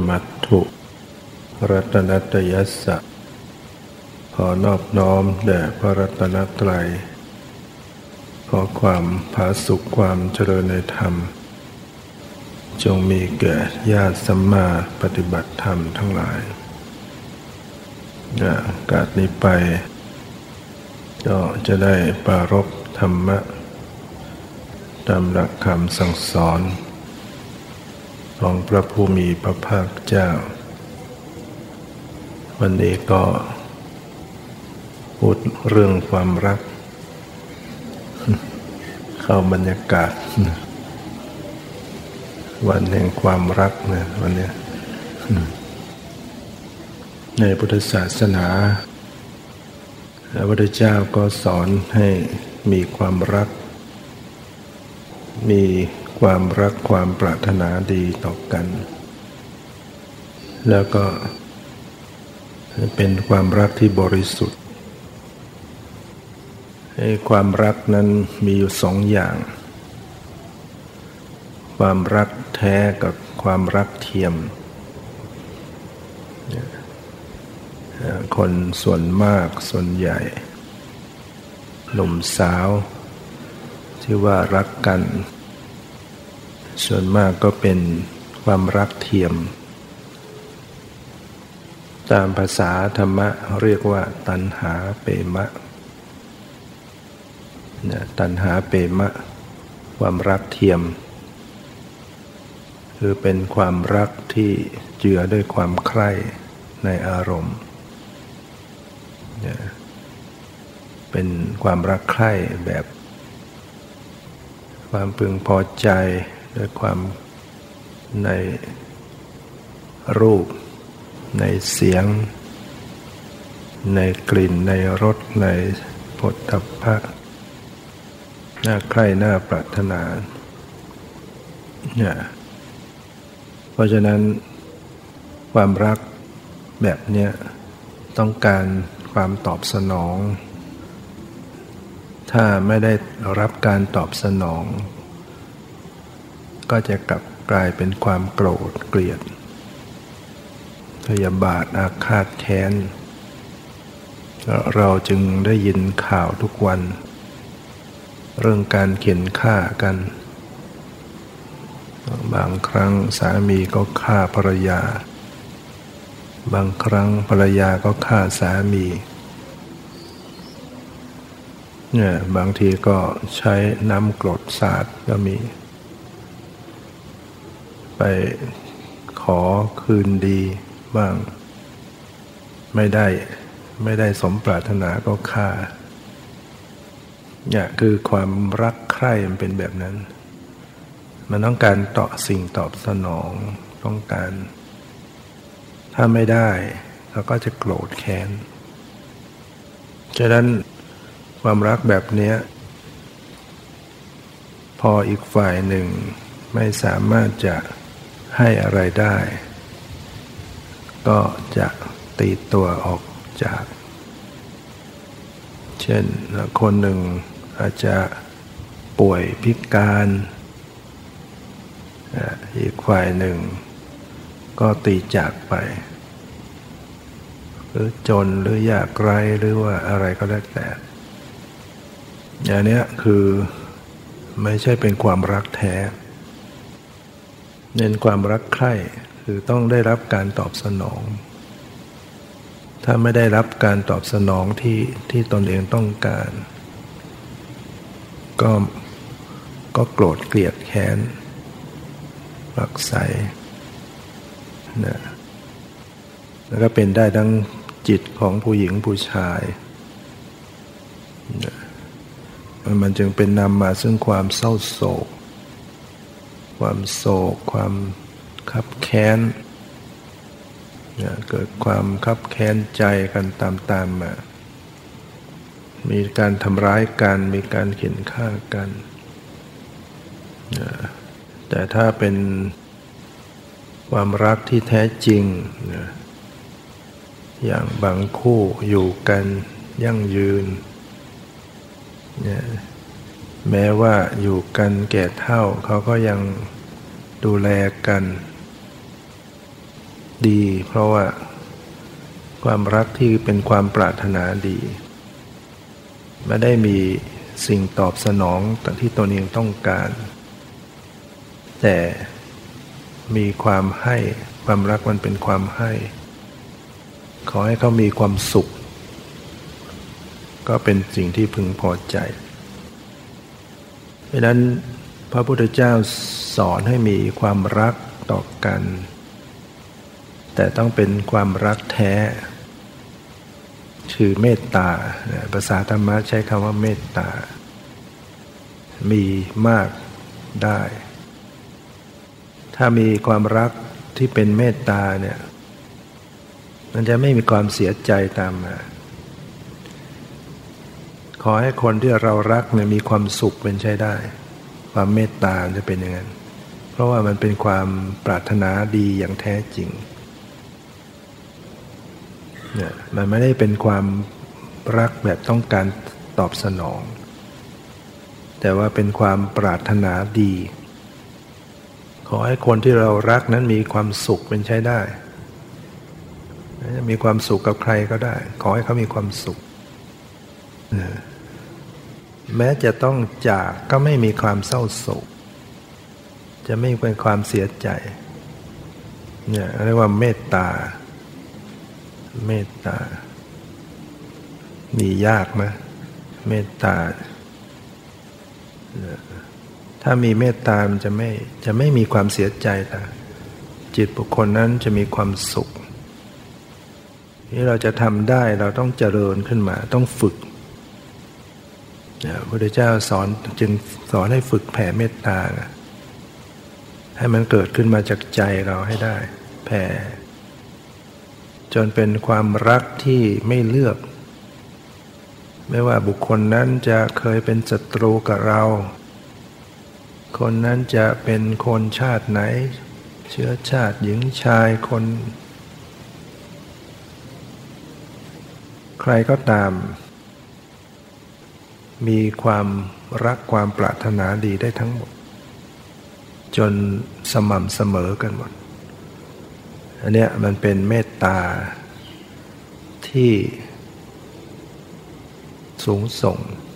มัตถุรัตนัตยัสสะขอนอบน้อมแด่พระรัตนตรัยขอความผาสุกความเจริญในธรรมจงมีแก่ญาติสัมมาปฏิบัติธรรมทั้งหลายโอกาสนี้ไปก็จะได้ปรารภธรรมะตามหลักคำสั่งสอนของพระผู้มีพระภาคเจ้าวันนี้ก็พูดเรื่องความรักเข้าบรรยากาศวันแห่งความรักนะวันนี้ในพุทธศาสนาพระพุทธเจ้าก็สอนให้มีความรักมีความรักความปรารถนาดีต่อกันแล้วก็เป็นความรักที่บริสุทธิ์ความรักนั้นมีอยู่สองอย่างความรักแท้กับความรักเทียมคนส่วนมากส่วนใหญ่หนุ่มสาวที่ว่ารักกันส่วนมากก็เป็นความรักเทียมตามภาษาธรรมะเรียกว่าตัณหาเปมะตัณหาเปมะความรักเทียมคือเป็นความรักที่เจือด้วยความใคร่ในอารมณ์เป็นความรักใคร่แบบความพึงพอใจด้วยความในรูปในเสียงในกลิ่นในรสในโผฏฐัพพะน่าใคร่น่าปรารถนาเพราะฉะนั้นความรักแบบเนี้ยต้องการความตอบสนองถ้าไม่ได้รับการตอบสนองก็จะกลับกลายเป็นความโกรธเกลียดพยาบาทอาฆาตแค้นเราจึงได้ยินข่าวทุกวันเรื่องการเข็นฆ่ากันบางครั้งสามีก็ฆ่าภรรยาบางครั้งภรรยาก็ฆ่าสามีบางทีก็ใช้น้ำกรดสาดก็มีไปขอคืนดีบ้างไม่ได้สมปรารถนาก็ฆ่าเนี่ยคือความรักใคร่มันเป็นแบบนั้นมันต้องการสิ่งตอบสนองต้องการถ้าไม่ได้เราก็จะโกรธแค้นฉะนั้นความรักแบบนี้พออีกฝ่ายหนึ่งไม่สามารถจะให้อะไรได้ก็จะตีตัวออกจากเช่นคนหนึ่งอาจจะป่วยพิการอีกฝ่ายหนึ่งก็ตีจากไปหรือจนหรือยากไร้หรือว่าอะไรก็แล้วแต่อย่างนี้คือไม่ใช่เป็นความรักแท้เน้นความรักใคร่คือต้องได้รับการตอบสนองถ้าไม่ได้รับการตอบสนองที่ตนเองต้องการก็โกรธเกลียดแค้นรักใส่นะแล้วก็เป็นได้ทั้งจิตของผู้หญิงผู้ชายนะมันจึงเป็นนำมาซึ่งความเศร้าโศกความโศกความคับแค้นเกิดความคับแค้นใจกันตามมามีการทำร้ายกันมีการเข็นฆ่ากันแต่ถ้าเป็นความรักที่แท้จริงอย่างบางคู่อยู่กันยั่งยืนแม้ว่าอยู่กันแก่เฒ่าเขาก็ยังดูแลกันดีเพราะว่าความรักที่เป็นความปรารถนาดีไม่ได้มีสิ่งตอบสนองที่ตนเองต้องการแต่มีความให้ความรักมันเป็นความให้ขอให้เขามีความสุขก็เป็นสิ่งที่พึงพอใจเพราะนั้นพระพุทธเจ้าสอนให้มีความรักต่อกันแต่ต้องเป็นความรักแท้คือเมตตาภาษาธรรมะใช้คำว่าเมตตามีมากได้ถ้ามีความรักที่เป็นเมตตาเนี่ยมันจะไม่มีความเสียใจตามมาขอให้คนที่เรารักเนี่ยมีความสุขเป็นใช้ได้ความเมตตาจะเป็นอย่างนั้นเพราะว่ามันเป็นความปรารถนาดีอย่างแท้จริงเนี่ยมันไม่ได้เป็นความรักแบบต้องการตอบสนองแต่ว่าเป็นความปรารถนาดีขอให้คนที่เรารักนั้นมีความสุขเป็นใช้ได้มีความสุขกับใครก็ได้ขอให้เขามีความสุขแม้จะต้องจากก็ไม่มีความเศร้าโศกจะไม่เป็นความเสียใจเนี่ยเรียกว่าเมตตาเมตตามียากไหมเมตตาถ้ามีเมตตามันจะไม่มีความเสียใจแต่จิตบุคคลนั้นจะมีความสุขที่เราจะทำได้เราต้องเจริญขึ้นมาต้องฝึกพระพุทธเจ้าจึงสอนให้ฝึกแผ่เมตตาให้มันเกิดขึ้นมาจากใจเราให้ได้แผ่จนเป็นความรักที่ไม่เลือกไม่ว่าบุคคลนั้นจะเคยเป็นศัตรูกับเราคนนั้นจะเป็นคนชาติไหนเชื้อชาติหญิงชายคนใครก็ตามมีความรักความปรารถนาดีได้ทั้งหมดจนสม่ำเสมอกันหมดอันเนี้ยมันเป็นเมตตาที่สูงส่ง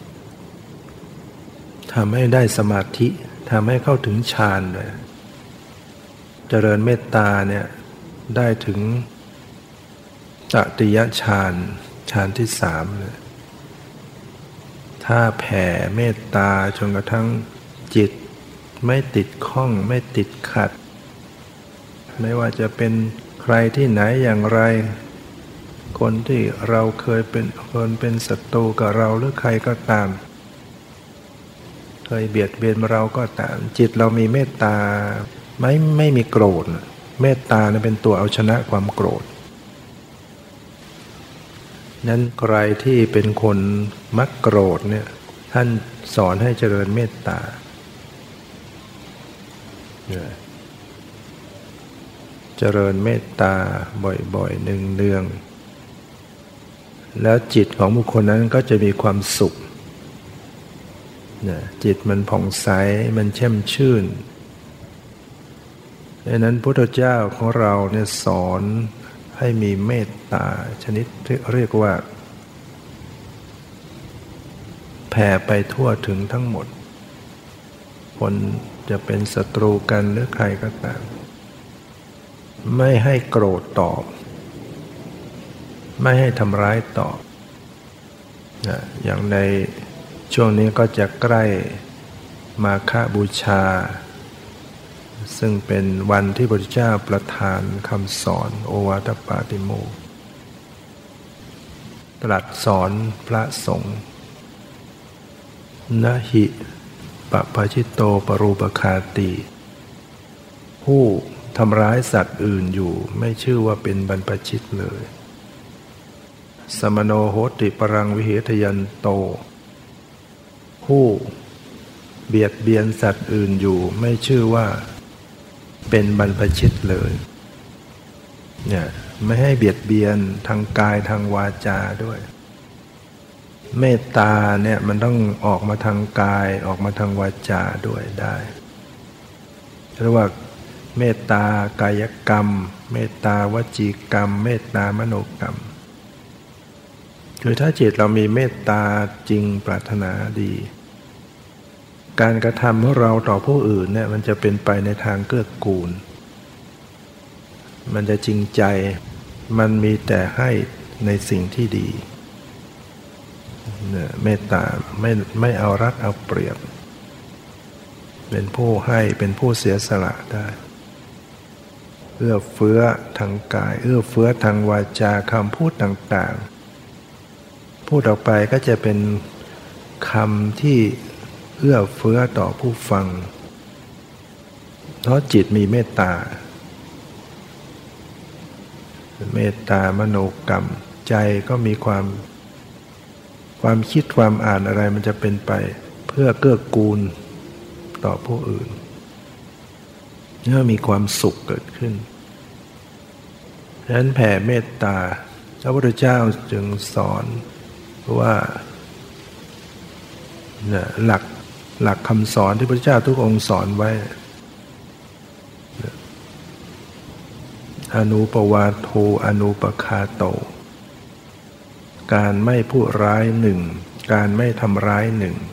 ทำให้ได้สมาธิทำให้เข้าถึงฌานเลยเจริญเมตตาเนี่ยได้ถึงตติยฌานฌานที่3เลยถ้าแผ่เมตตาจนกระทั่งจิตไม่ติดข้องไม่ติดขัดไม่ว่าจะเป็นใครที่ไหนอย่างไรคนที่เราเคยเป็นคนเป็นศัตรูกับเราหรือใครก็ตามเคยเบียดเบียนเราก็ตามจิตเรามีเมตตาไม่มีโกรธเมตตาเนี่ยเป็นตัวเอาชนะความโกรธนั้นใครที่เป็นคนมักโกรธเนี่ยท่านสอนให้เจริญเมตตาเจริญเมตตาบ่อยๆเนืองๆแล้วจิตของบุคคลนั้นก็จะมีความสุขจิตมันผ่องใสมันแช่มชื่นดังนั้นพุทธเจ้าของเราเนี่ยสอนให้มีเมตตาชนิดที่เรียกว่าแผ่ไปทั่วถึงทั้งหมดคนจะเป็นศัตรูกันหรือใครก็ตามไม่ให้โกรธตอบไม่ให้ทำร้ายตอบอย่างในช่วงนี้ก็จะใกล้มาฆบูชาซึ่งเป็นวันที่พระพุทธเจ้าประทานคำสอนโอวาทปาติโมกข์ตรัสสอนพระสงฆ์นะหิปปชิตโตปรูปคาติผู้ทำร้ายสัตว์อื่นอยู่ไม่ชื่อว่าเป็นบรรพชิตเลยสมโนโหติปรังวิเหทยันโตผู้เบียดเบียนสัตว์อื่นอยู่ไม่ชื่อว่าเป็นบรรพชิตเลยเนี่ยไม่ให้เบียดเบียนทางกายทางวาจาด้วยเมตตาเนี่ยมันต้องออกมาทางกายออกมาทางวาจาด้วยได้เรียกว่าเมตตากายกรรมเมตตาวจีกรรมเมตตามโนกรรมคือถ้าจิตเรามีเมตตาจริงปรารถนาดีการกระทำของเราต่อผู้อื่นเนี่ยมันจะเป็นไปในทางเกื้อกูลมันจะจริงใจมันมีแต่ให้ในสิ่งที่ดีเนี่ยเมตตาไม่เอารัดเอาเปรียบเป็นผู้ให้เป็นผู้เสียสละได้เอื้อเฟื้อทางกายเอื้อเฟื้อทางวาจาคำพูดต่างๆพูดออกไปก็จะเป็นคำที่เอื้อเฟื้อต่อผู้ฟังเพราะจิตมีเมตตาเมตตามโนกรรมใจก็มีความคิดความอ่านอะไรมันจะเป็นไปเพื่อเกื้อกูลต่อผู้อื่นเมื่อมีความสุขเกิดขึ้นฉะนั้นแผ่เมตตาพระพุทธเจ้าจึงสอนว่าหลักคำสอนที่พระพุทธเจ้าทุกองค์สอนไว้อนุปวาโทอนุปคาโตการไม่พูดร้ายหนึ่งการไม่ทำร้ายหนึ่ง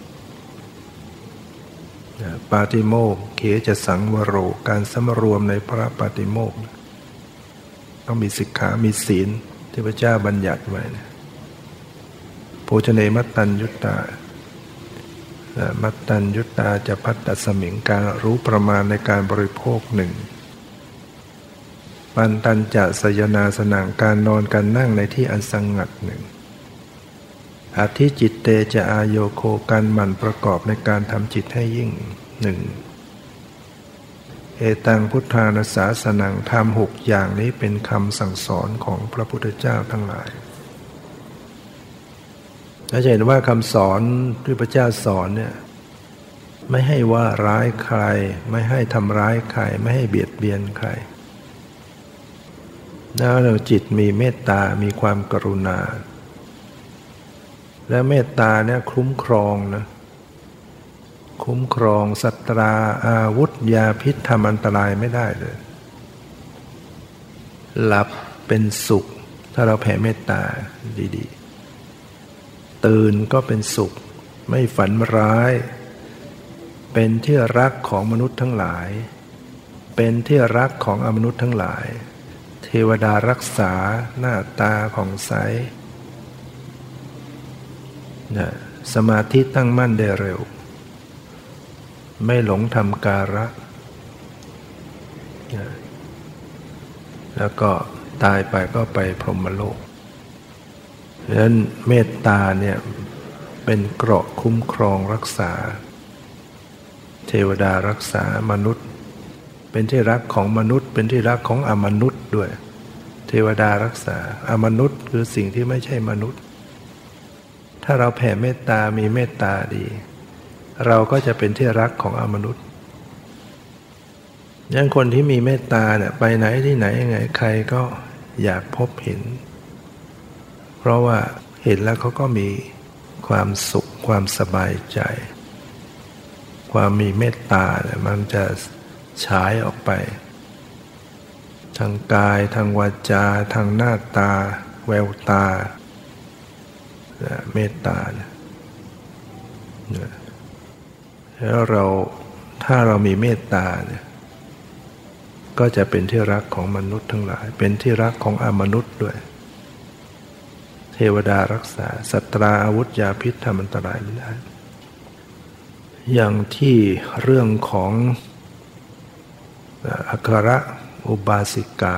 ปาติโมกข์เขจะสังวโรการสำรวมในพระปาติโมกข์ต้องมีสิกขามีศีลที่พระเจ้าบัญญัติไว้โภชเนมัตตัญญุตตามัตตัญญุตตาจะพัตตสมิงการรู้ประมาณในการบริโภคหนึ่งปันตัญจะสยนาสนังการนอนการนั่งในที่อันสงัดหนึ่งอธิจิตเตจะอาโยโคการหมั่นประกอบในการทำจิตให้ยิ่งหนึ่งเอตังพุทธานาสาสนังธรรมหกอย่างนี้เป็นคำสั่งสอนของพระพุทธเจ้าทั้งหลายเราจะเห็นว่าคำสอนที่พระเจ้าสอนเนี่ยไม่ให้ว่าร้ายใครไม่ให้ทำร้ายใครไม่ให้เบียดเบียนใครแล้วเราจิตมีเมตตามีความกรุณาและเมตตาเนี่ยคุ้มครองนะคุ้มครองศัตราอาวุธยาพิษทำอันตรายไม่ได้เลยหลับเป็นสุขถ้าเราแผ่เมตตาดีๆตื่นก็เป็นสุขไม่ฝันร้ายเป็นที่รักของมนุษย์ทั้งหลายเป็นที่รักของอมนุษย์ทั้งหลายเทวดารักษาหน้าตาผ่องใสสมาธิตั้งมั่นได้เร็วไม่หลงทำการะแล้วก็ตายไปก็ไปพรหมโลกดังนั้นเมตตาเนี่ยเป็นเกราะคุ้มครองรักษาเทวดารักษามนุษย์เป็นที่รักของมนุษย์เป็นที่รักของอมนุษย์ด้วยเทวดารักษาอมนุษย์คือสิ่งที่ไม่ใช่มนุษย์ถ้าเราแผ่เมตตามีเมตตาดีเราก็จะเป็นที่รักของอมนุษย์อย่างคนที่มีเมตตาเนี่ยไปไหนที่ไหนยังไงใครก็อยากพบเห็นเพราะว่าเห็นแล้วเขาก็มีความสุขความสบายใจความมีเมตตาเนี่ยมันจะฉายออกไปทางกายทางวาจาทางหน้าตาแววตาเมตตาแล้วถ้าเรามีเมตตาเนี่ยก็จะเป็นที่รักของมนุษย์ทั้งหลายเป็นที่รักของอมนุษย์ด้วยเทวดารักษาศัตราอาวุธยาพิษทำอันตรายไม่ได้อย่างที่เรื่องของอัครอุบาสิกา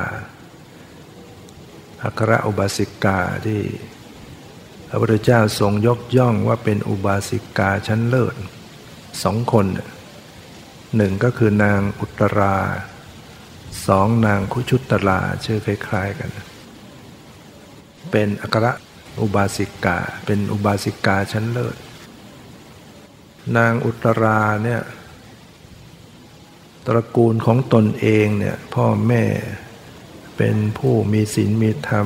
อัครอุบาสิกาที่พระพุทธเจ้าทรงยกย่องว่าเป็นอุบาสิกาชั้นเลิศสองคนหนึ่งก็คือนางอุตราสองนางคุชุตราชื่อคล้ายๆกันเป็นอัครอุบาสิกาเป็นอุบาสิกาชั้นเลิศนางอุตราเนี่ยตระกูลของตนเองเนี่ยพ่อแม่เป็นผู้มีศีลมีธรรม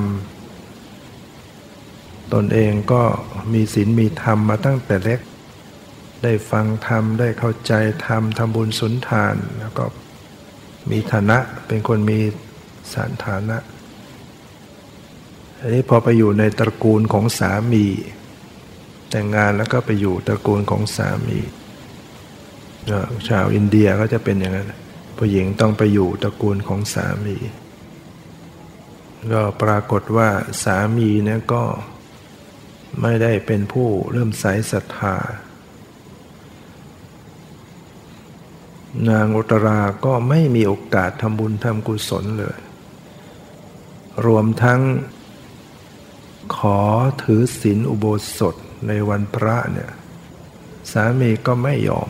ตนเองก็มีศีลมีธรรมมาตั้งแต่เล็กได้ฟังธรรมได้เข้าใจธรรมทำบุญสุนทานแล้วก็มีฐานะเป็นคนมีสถานะอันนี้พอไปอยู่ในตระกูลของสามีแต่งงานแล้วก็ไปอยู่ตระกูลของสามีชาวอินเดียก็จะเป็นอย่างนั้นผู้หญิงต้องไปอยู่ตระกูลของสามีก็ปรากฏว่าสามีเนี่ยก็ไม่ได้เป็นผู้เริ่มใสศรัทธานางอุตราก็ไม่มีโอกาสทำบุญทำกุศลเลยรวมทั้งขอถือศีลอุโบสถในวันพระเนี่ยสามีก็ไม่ยอม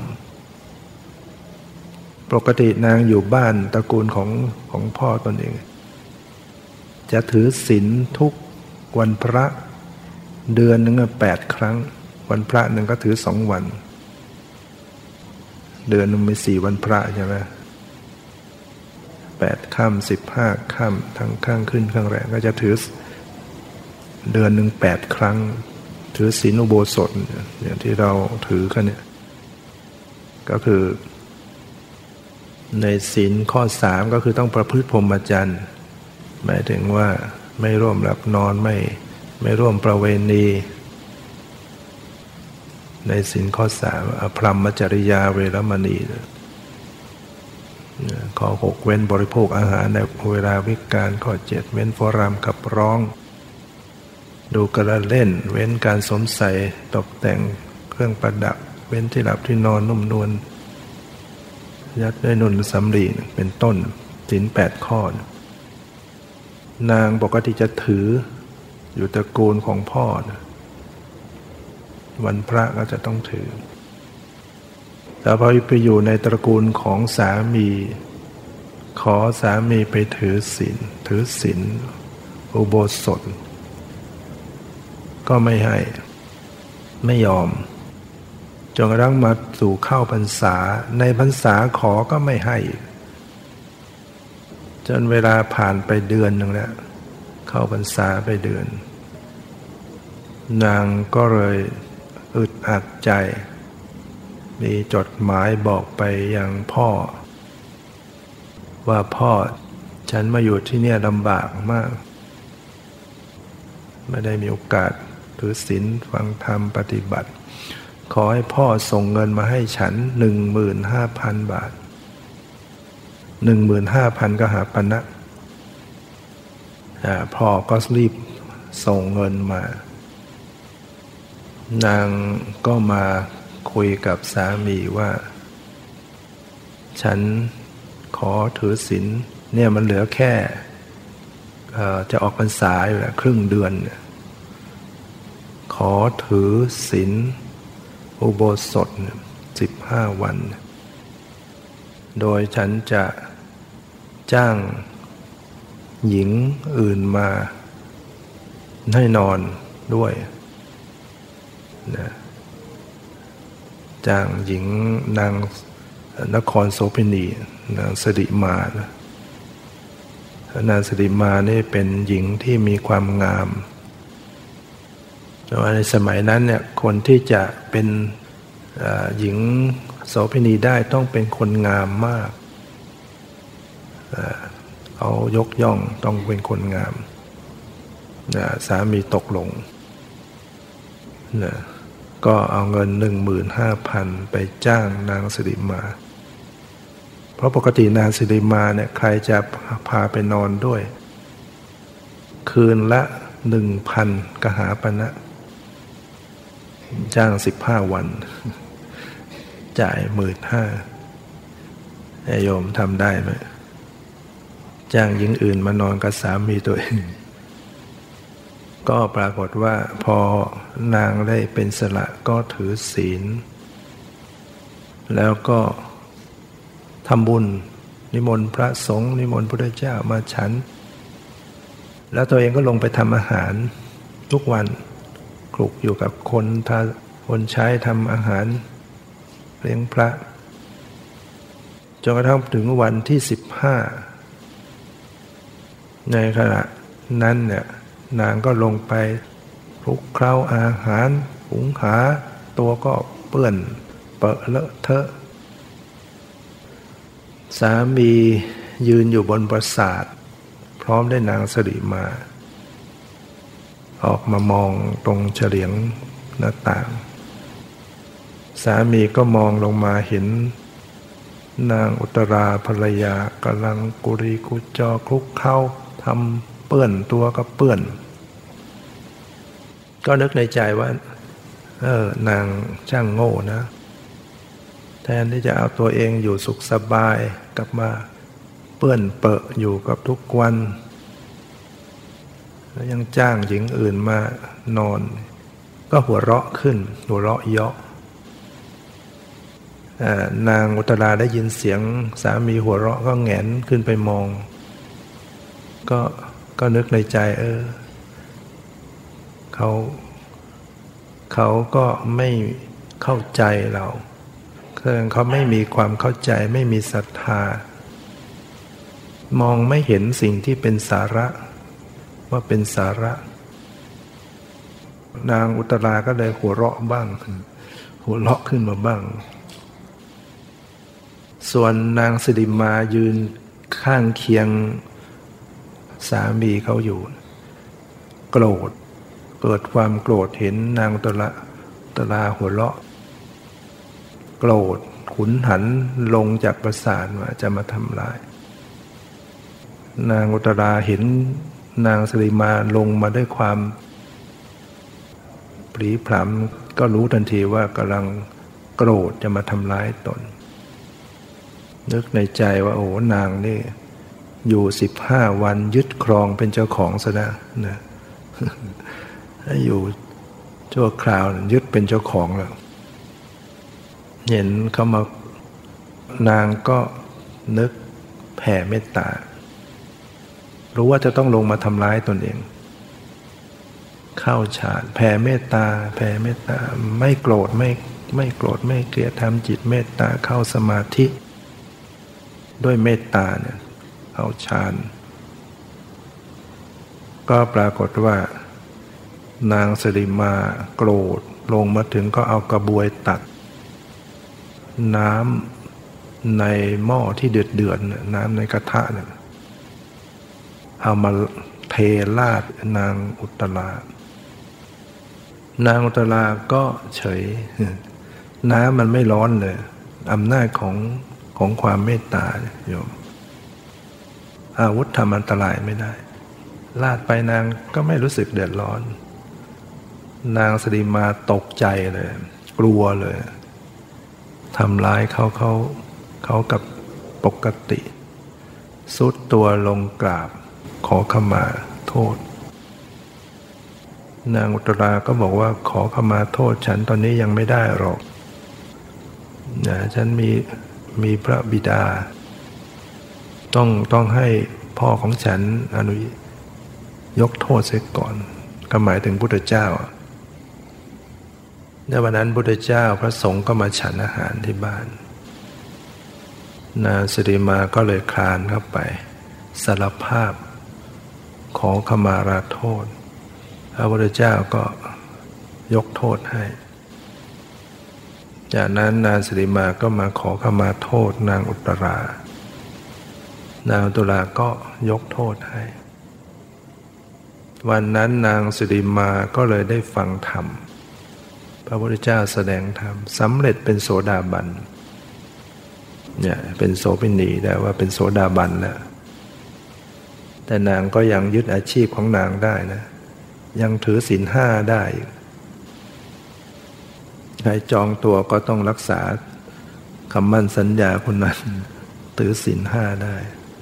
ปกตินางอยู่บ้านตระกูลของพ่อตนเองจะถือศีลทุกวันพระเดือนหนึ่ง8 ครั้งวันพระหนึ่งก็ถือ2 วันเดือนหนึ่งมี4 วันพระใช่ไหม8 ค่ำ15 ค่ำทั้งข้างขึ้นข้างแรกก็จะถือเดือนหนึ่ง8 ครั้งถือศีลอุโบสถอย่างที่เราถือกันเนี่ยก็คือในศีลข้อ3ก็คือต้องประพฤติพรหมจรรย์หมายถึงว่าไม่ร่วมหลับนอนไม่ร่วมประเวณีในศีลข้อ3อพรหมจริยาเวรมณีข้อ6เว้นบริโภคอาหารในเวลาวิกาลข้อ7เว้นฟ้อนรำขับร้องดูกระเล่นเว้นการสวมใส่ตกแต่งเครื่องประดับเว้นที่หลับที่นอนนุ่มนวลยัดด้วยนุ่นสำลีเป็นต้นศีล8 ข้อนางปกติจะถืออยู่ตระกูลของพ่อวันพระก็จะต้องถือแต่พอไปอยู่ในตระกูลของสามีขอสามีไปถือศีลอุโบสถก็ไม่ให้ไม่ยอมจนกระทั่งมาสู่เข้าพรรษาในพรรษาขอก็ไม่ให้จนเวลาผ่านไปเดือนหนึ่งแล้วเข้าพรรษาไปเดือนนางก็เลยอึดอัดใจมีจดหมายบอกไปยังพ่อว่าพ่อฉันมาอยู่ที่เนี่ยลำบากมากไม่ได้มีโอกาสถือศีลฟังธรรมปฏิบัติขอให้พ่อส่งเงินมาให้ฉัน 15,000 บาท 15,000 ก็หาปณะพ่อก็รีบส่งเงินมานางก็มาคุยกับสามีว่าฉันขอถือศีลเนี่ยมันเหลือแค่จะออกพรรษาอยู่แล้วครึ่งเดือนขอถือศีลอุโบสถ15 วันโดยฉันจะจ้างหญิงอื่นมาให้นอนด้วยนะจ้างหญิงนางนครโสเภณีนางสิริมานะนางสิริมานี่เป็นหญิงที่มีความงามแต่ว่าในสมัยนั้นเนี่ยคนที่จะเป็นหญิงโสเภณีได้ต้องเป็นคนงามมากเขายกย่องต้องเป็นคนงามสามีตกลงก็เอาเงิน 15,000 ไปจ้างนางสิริมาเพราะปกตินางสิริมาเนี่ยใครจะพาไปนอนด้วยคืนละ 1,000 กหาปณะจ้าง15 วันจ่าย 15,000 โยมทำได้ไหมจ้างหญิงอื่นมานอนกับสามีตัวเองก็ปรากฏว่าพอนางได้เป็นสละก็ถือศีลแล้วก็ทำบุญนิมนต์พระสงฆ์นิมนต์พระพุทธเจ้ามาฉันแล้วตัวเองก็ลงไปทำอาหารทุกวันคลุกอยู่กับคนใช้ทำอาหารเลี้ยงพระจนกระทั่งถึงวันที่15ในขณะนั้นเนี่ยนางก็ลงไปคลุกเคล้าอาหารหุงหาตัวก็เปื้อนเปอะเลอะเทอะสามียืนอยู่บนปราสาทพร้อมด้วยนางสิริมาออกมามองตรงเฉลียงหน้าต่างสามีก็มองลงมาเห็นนางอุตราภรรยากำลังกุรีกุจอคลุกเข้าทำเปื้อนตัวก็เปื้อนก็นึกในใจว่านางช่างโง่นะแทนที่จะเอาตัวเองอยู่สุขสบายกลับมาเปื้อนเปอะอยู่กับทุกวันแล้วยังจ้างหญิงอื่นมานอนก็หัวเราะขึ้นหัวเราะเยาะนางอุตราได้ยินเสียงสามีหัวเราะก็แหงนขึ้นไปมองก็นึกในใจเขาก็ไม่เข้าใจเราเขาไม่มีความเข้าใจไม่มีศรัทธามองไม่เห็นสิ่งที่เป็นสาระว่าเป็นสาระนางอุตราก็เลยหัวเราะบ้างหัวเราะขึ้นมาบ้างส่วนนางสิริมายืนข้างเคียงสามีเขาอยู่โกรธเกิดความโกรธเห็นนางอุตราหัวเราะโกรธขุนหันลงจากปราสาทว่าจะมาทำร้ายนางอุตราเห็นนางสิริมาลงมาด้วยความปรีพรำก็รู้ทันทีว่ากำลังโกรธจะมาทำร้ายตนนึกในใจว่าโอ้นางนี่อยู่15 วันยึดครองเป็นเจ้าของซะนะให้อยู่ชั่วคราวยึดเป็นเจ้าของแล้วเห็นเขามานางก็นึกแผ่เมตตารู้ว่าจะต้องลงมาทำร้ายตนเองเข้าฌานแผ่เมตตาไม่โกรธไม่โกรธไม่เกลียดทำจิตเมตตาเข้าสมาธิด้วยเมตตาเนี่ยเข้าฌานก็ปรากฏว่านางสิริมาโกรธลงมาถึงก็เอากระบวยตักน้ำในหม้อที่เดือดน้ำในกระทะเนี่ยเอามาเทราดนางอุตรานางอุตราก็เฉยน้ำมันไม่ร้อนเลยอำนาจของความเมตตาโยมอาวุธทำอันตรายไม่ได้ลาดไปนางก็ไม่รู้สึกเดือดร้อนนางสิริมาตกใจเลยกลัวเลยทำร้ายเขากับปกติสุดตัวลงกราบขอขมาโทษนางอุตราก็บอกว่าขอขมาโทษฉันตอนนี้ยังไม่ได้หรอกฉันมีพระบิดาต้องให้พ่อของฉันยกโทษเสียก่อนก็หมายถึงพุทธเจ้าในวันนั้นพุทธเจ้าพระสงฆ์ก็มาฉันอาหารที่บ้านนางสิริมาก็เลยคลานเข้าไปสารภาพขอขมาลาโทษพระพุทธเจ้าก็ยกโทษให้จากนั้นนางสิริมาก็มาขอขมาโทษนางอุตรานางอุตราก็ยกโทษให้วันนั้นนางสิริมาก็เลยได้ฟังธรรมพระพุทธเจ้าแสดงธรรมสำเร็จเป็นโสดาบันเนี่ยเป็นโสเภณีได้ว่าเป็นโสดาบันแล้วแต่นางก็ยังยึดอาชีพของนางได้นะยังถือศีล 5ได้ใครจองตัวก็ต้องรักษาคำมั่นสัญญาคนนั้นถือศีล 5ได้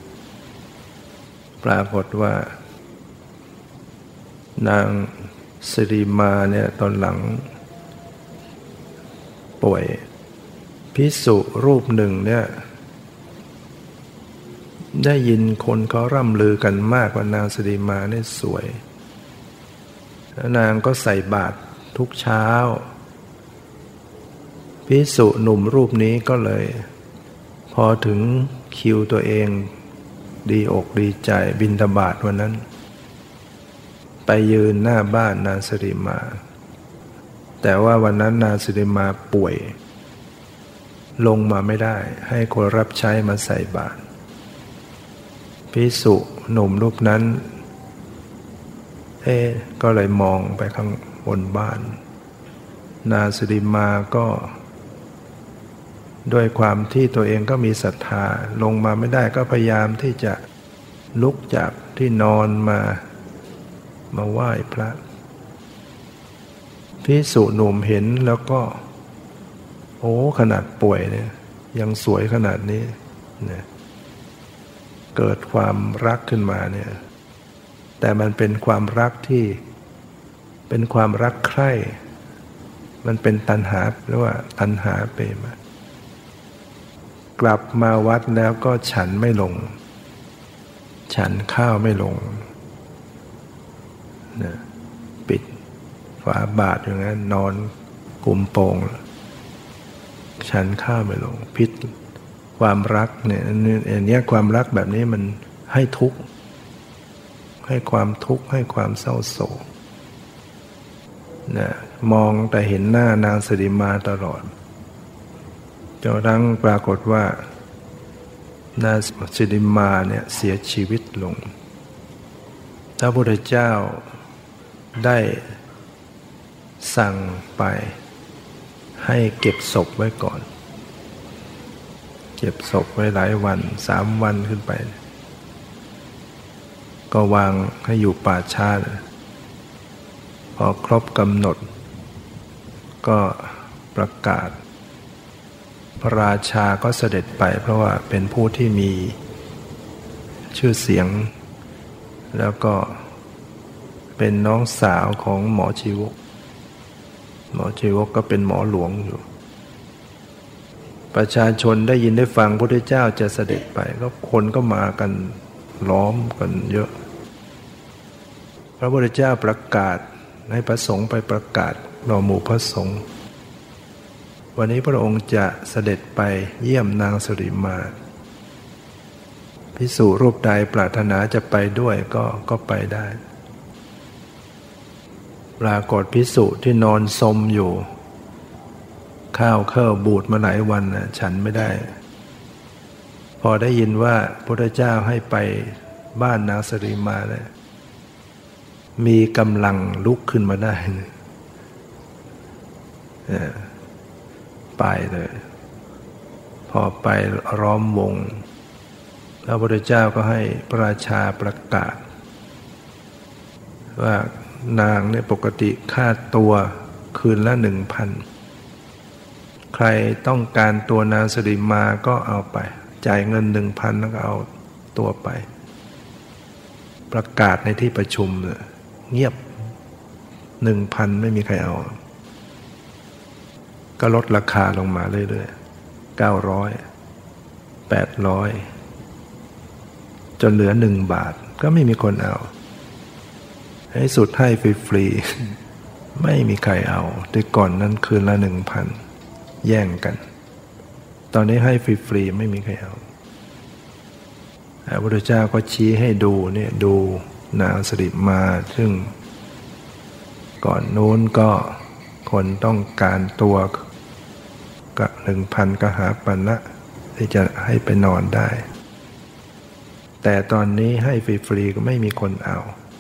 ปรากฏว่านางสิริมาเนี่ยตอนหลังป่วยภิกษุรูปหนึ่งเนี่ยได้ยินคนเขาร่ำลือกันมากว่านางสิริมาเนี่ยสวยแล้วนางก็ใส่บาตรทุกเช้าภิกษุหนุ่มรูปนี้ก็เลยพอถึงคิวตัวเองดีอกดีใจบิณฑบาตวันนั้นไปยืนหน้าบ้านนางสิริมาแต่ว่าวันนั้นนางสิริมาป่วยลงมาไม่ได้ให้คนรับใช้มาใส่บาตรภิกษุหนุ่มรูปนั้นก็เลยมองไปข้างบนบ้านนางสิริมาก็ด้วยความที่ตัวเองก็มีศรัทธาลงมาไม่ได้ก็พยายามที่จะลุกจากที่นอนมาไหว้พระภิกษุหนุ่มเห็นแล้วก็ขนาดป่วยเนี่ยยังสวยขนาดนี้เนี่ยเกิดความรักขึ้นมาเนี่ยแต่มันเป็นความรักที่เป็นความรักใคร่มันเป็นตัณหาหรือว่าตัณหาเปมากลับมาวัดแล้วก็ฉันไม่ลงฉันข้าวไม่ลงนะปิดฝาบาทอย่างนั้นนอนกุมโปงฉันข้าวไม่ลงพิษความรักเนี่ยอันนี้ความรักแบบนี้มันให้ทุกข์ให้ความทุกข์ให้ความเศร้าโศกนะมองแต่เห็นหน้านางสิริมาตลอดจนกระทั่งปรากฏว่านางสิริมาเนี่ยเสียชีวิตลงพระพุทธเจ้าได้สั่งไปให้เก็บศพไว้ก่อนเก็บศพไว้หลายวัน3 วันขึ้นไปก็วางให้อยู่ป่าช้าพอครบกำหนดก็ประกาศพระราชาก็เสด็จไปเพราะว่าเป็นผู้ที่มีชื่อเสียงแล้วก็เป็นน้องสาวของหมอชีวกหมอชีวกก็เป็นหมอหลวงอยู่ประชาชนได้ยินได้ฟังพระพุทธเจ้าจะเสด็จไปก็คนก็มากันล้อมกันเยอะพระพุทธเจ้าประกาศให้พระสงฆ์ไปประกาศต่อหมู่พระสงฆ์วันนี้พระองค์จะเสด็จไปเยี่ยมนางสิริมาภิกษุรูปใดปรารถนาจะไปด้วยก็ไปได้ปรากฏภิกษุที่นอนซมอยู่ข้าวเข้าบูดมาหลายวันนะฉันไม่ได้พอได้ยินว่าพระพุทธเจ้าให้ไปบ้านนางสิริมาเลยมีกำลังลุกขึ้นมาได้ไปเลยพอไปล้อมวงแล้วพระพุทธเจ้าก็ให้พระราชาประกาศว่านางเนี่ยปกติค่าตัวคืนละ 1,000 ใครต้องการตัวนางสิริมาก็เอาไปจ่ายเงิน 1,000 แล้วก็เอาตัวไปประกาศในที่ประชุมเงียบ 1,000 ไม่มีใครเอาก็ลดราคาลงมาเรื่อยๆ900 800จนเหลือ1 บาทก็ไม่มีคนเอาให้สุดให้ฟรีๆไม่มีใครเอาแต่ก่อนนั้นคืนละ 1,000 แย่งกันตอนนี้ให้ฟรีๆไม่มีใครเอาพระพุทธเจ้าก็ชี้ให้ดูเนี่ยดูนางสิริมาซึ่งก่อนนู้นก็คนต้องการตัวกับ 1,000 กหาปณะที่จะให้ไปนอนได้แต่ตอนนี้ให้ฟรีๆก็ไม่มีคนเอา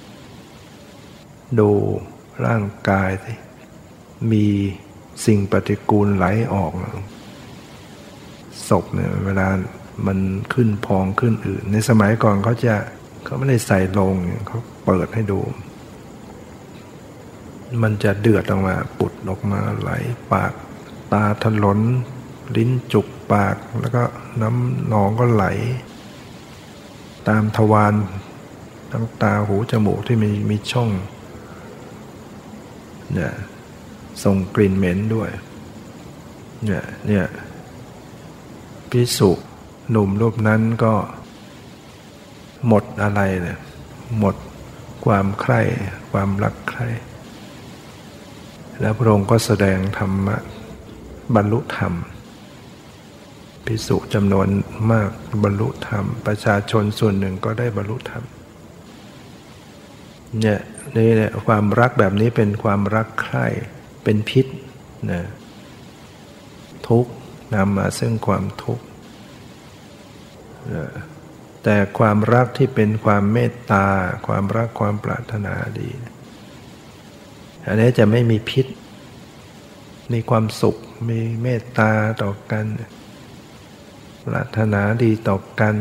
ดูร่างกายสิมีสิ่งปฏิกูลไหลออกศพเนี่ยเวลามันขึ้นพองขึ้นอืดในสมัยก่อนเขาไม่ได้ใส่โลงเขาเปิดให้ดูมันจะเดือดออกมาปุดออกมาไหลปากตาถลนลิ้นจุกปากแล้วก็น้ำหนองก็ไหลตามทวารทั้งตาหูจมูกที่มีช่องเนี่ยส่งกลิ่นเหม็นด้วยเนี่ยภิกษุหนุ่มรูปนั้นก็หมดอะไรเนี่ยหมดความใคร่ความรักใคร่แล้วพระองค์ก็แสดงธรรมะบรรลุธรรมภิกษุจำนวนมากบรรลุธรรมประชาชนส่วนหนึ่งก็ได้บรรลุธรรมเนี่ยความรักแบบนี้เป็นความรักใคร่เป็นพิษนะทุกข์นำมาซึ่งความทุกข์แต่ความรักที่เป็นความเมตตาความรักความปรารถนาดีอันนี้จะไม่มีพิษมีความสุขมีเมตตาต่อกันปรารถนาดีต่อกัน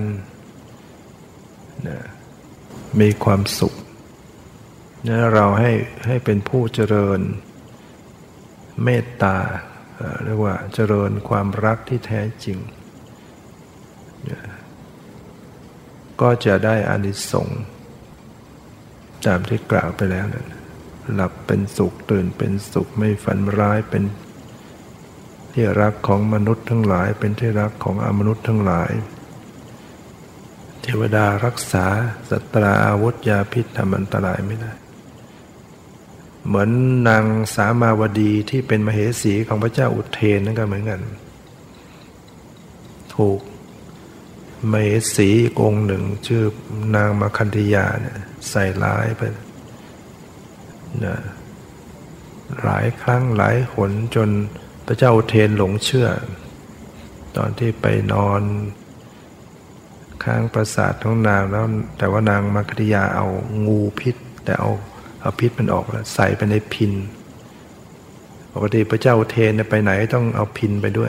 มีความสุขเราให้เป็นผู้เจริญเมตตาเรียกว่าเจริญความรักที่แท้จริงก็จะได้อานิสงส์ตามที่กล่าวไปแล้วนั่นหลับเป็นสุขตื่นเป็นสุขไม่ฝันร้ายเป็นที่รักของมนุษย์ทั้งหลายเป็นที่รักของอมนุษย์ทั้งหลายเทวดารักษาศัตราอาวุธยาพิษทำอันตรายไม่ได้เหมือนนางสามาวดีที่เป็นมเหสีของพระเจ้าอุเทนนั่นก็เหมือนกันถูกมเหสีองค์หนึ่งชื่อนางมาคันธยาเนี่ยใส่ร้ายไปหลายครั้งหลายหนจนพระเจ้าอุเทนหลงเชื่อตอนที่ไปนอนข้างปราสาทของนางแล้วแต่ว่านางมาคันธยาเอางูพิษแต่เอาพิษมันออกแล้วใส่ไปในพินปกติพระเจ้าอุเทนไปไหนต้องเอาพินไปด้วย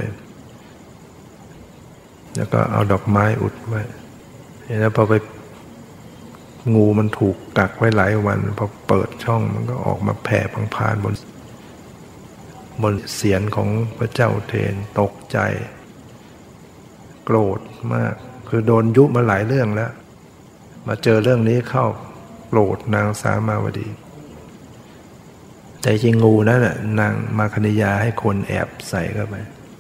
แล้วก็เอาดอกไม้อุดไว้แล้วพอไปงูมันถูกกักไว้หลายวันพอเปิดช่องมันก็ออกมาแผ่พังพานบนเสียรของพระเจ้าอุเทนตกใจโกรธมากคือโดนยุมาหลายเรื่องแล้วมาเจอเรื่องนี้เข้าโกรธนางสามาวดีแต่จริงงูนั่นแหละนางมาคันธยาให้คนแอบใส่เข้าไป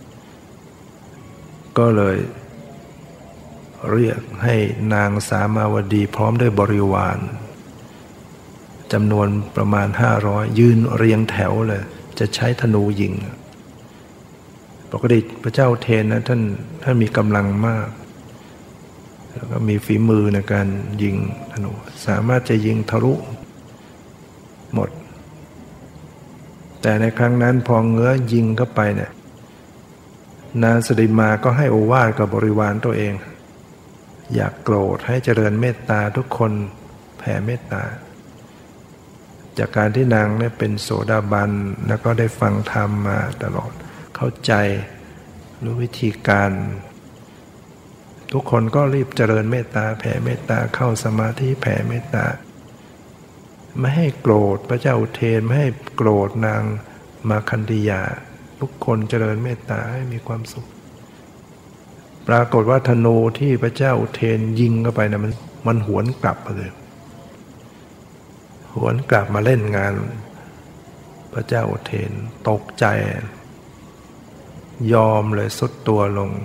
ก็เลยเรียกให้นางสามาวดีพร้อมด้วยบริวารจำนวนประมาณ500ยืนเรียงแถวเลยจะใช้ธนูยิงปกติพระเจ้าเทนนะท่านมีกำลังมากแล้วก็มีฝีมือในการยิงธนูสามารถจะยิงทะลุหมดแต่ในครั้งนั้นพอเงื้อยิงเข้าไปเนี่ยนางสดิมาก็ให้โอวาทกับบริวารตัวเองอยากโกรธให้เจริญเมตตาทุกคนแผ่เมตตาจากการที่นางเนี่ยเป็นโสดาบันแล้วก็ได้ฟังธรรมมาตลอดเข้าใจรู้วิธีการทุกคนก็รีบเจริญเมตตาแผ่เมตตาเข้าสมาธิแผ่เมตตาไม่ให้โกรธพระเจ้าอุเทนไม่ให้โกรธนางมาคันธยาทุกคนเจริญเมตตาให้มีความสุขปรากฏว่าธนูที่พระเจ้าอุเทนยิงเข้าไปนะมันหวนกลับมาเลยหวนกลับมาเล่นงานพระเจ้าอุเทนตกใจยอมเลยสุดตัวลง